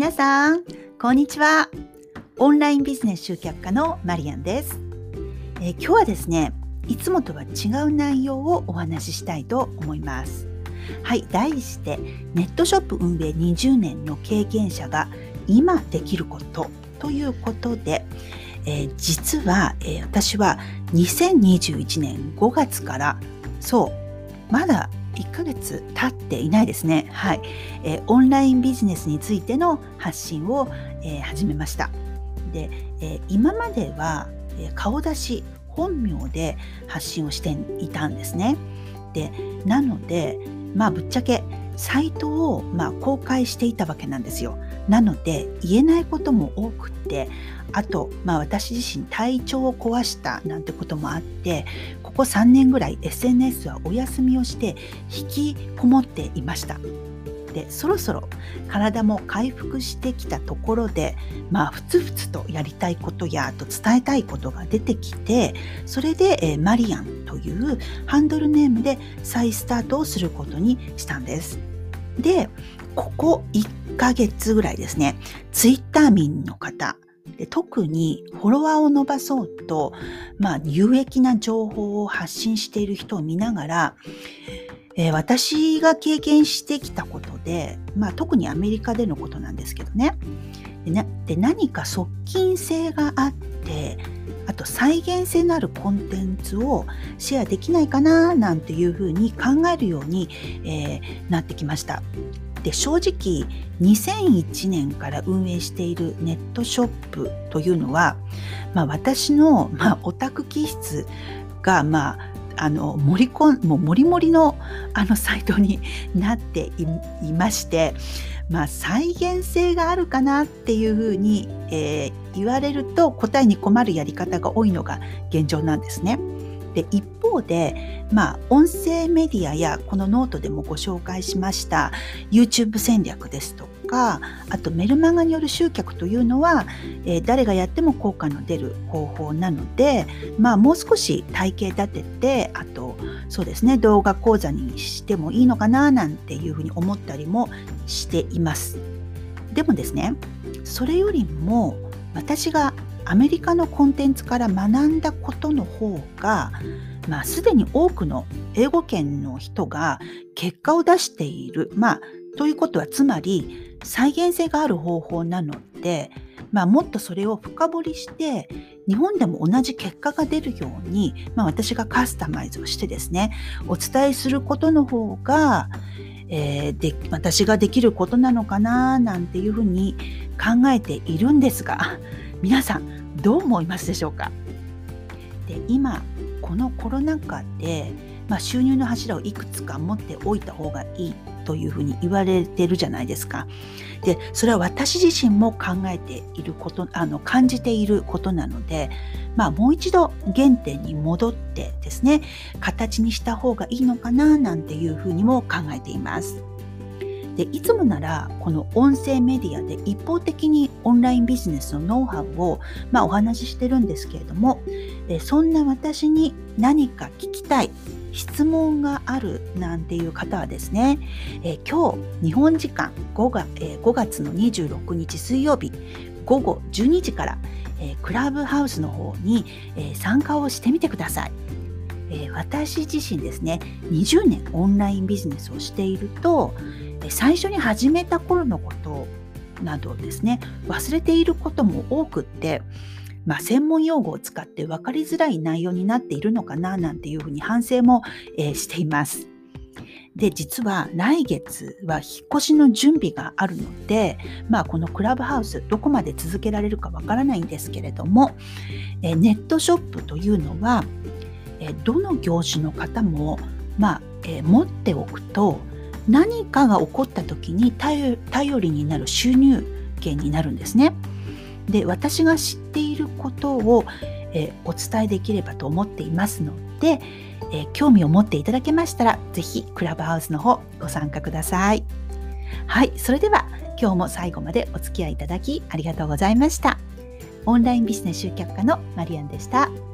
皆さん、こんにちは。オンラインビジネス集客家のマリアンです。今日はですね、いつもとは違う内容をお話ししたいと思います。はい、題してネットショップ運営20年の経験者が今できることということで、実は、私は2021年5月からまだ1ヶ月経っていないですね。はい、オンラインビジネスについての発信を、始めました。で、今までは、顔出し本名で発信をしていたんですね。で、なので、ぶっちゃけサイトを、公開していたわけなんですよ。なので言えないことも多くって、あと、私自身体調を壊したなんてこともあって、ここ3年ぐらい SNS はお休みをして引きこもっていました。で、そろそろ体も回復してきたところで、ふつふつとやりたいことやあと伝えたいことが出てきて、それで、マリアンというハンドルネームで再スタートをすることにしたんです。で、ここ1ヶ月ぐらいですね、ツイッター民の方で、特にフォロワーを伸ばそうと、有益な情報を発信している人を見ながら、私が経験してきたことで、特にアメリカでのことなんですけどね。で、何か側近性があって、あと再現性のあるコンテンツをシェアできないかななんていうふうに考えるように、なってきました。で、正直2001年から運営しているネットショップというのは、私の、オタク気質がもりもりのサイトになっていまして、再現性があるかなっていうふうに、言われると答えに困るやり方が多いのが現状なんですね。で、一方で、音声メディアやこのノートでもご紹介しました YouTube 戦略ですとか、あとメルマガによる集客というのは、誰がやっても効果の出る方法なので、もう少し体系立てて、あとそうですね、動画講座にしてもいいのかななんていうふうに思ったりもしています。でもですね、それよりも私がアメリカのコンテンツから学んだことの方が、すでに多くの英語圏の人が結果を出している。ということはつまり再現性がある方法なので、もっとそれを深掘りして日本でも同じ結果が出るように、私がカスタマイズをしてですね、お伝えすることの方が、私ができることなのかななんていうふうに考えているんですが、皆さんどう思いますでしょうか。で、今このコロナ禍で、収入の柱をいくつか持っておいた方がいいというふうに言われてるじゃないですか。で、それは私自身も考えていること、感じていることなので、もう一度原点に戻ってですね、形にした方がいいのかななんていうふうにも考えています。で、いつもならこの音声メディアで一方的にオンラインビジネスのノウハウを、お話ししてるんですけれども、そんな私に何か聞きたい、質問があるなんていう方はですね、今日日本時間5月の26日水曜日午後12時から、クラブハウスの方に、参加をしてみてください。私自身ですね、20年オンラインビジネスをしていると、最初に始めた頃のことなどですね、忘れていることも多くって、専門用語を使って分かりづらい内容になっているのかななんていうふうに反省も、しています。で、実は来月は引っ越しの準備があるので、このクラブハウスどこまで続けられるかわからないんですけれども、ネットショップというのは、どの業種の方も、持っておくと何かが起こった時に頼りになる収入源になるんですね。で、私が知っていることを、お伝えできればと思っていますので、興味を持っていただけましたら、ぜひクラブハウスの方ご参加ください。はい、それでは今日も最後までお付き合いいただきありがとうございました。オンラインビジネス集客家のマリアンでした。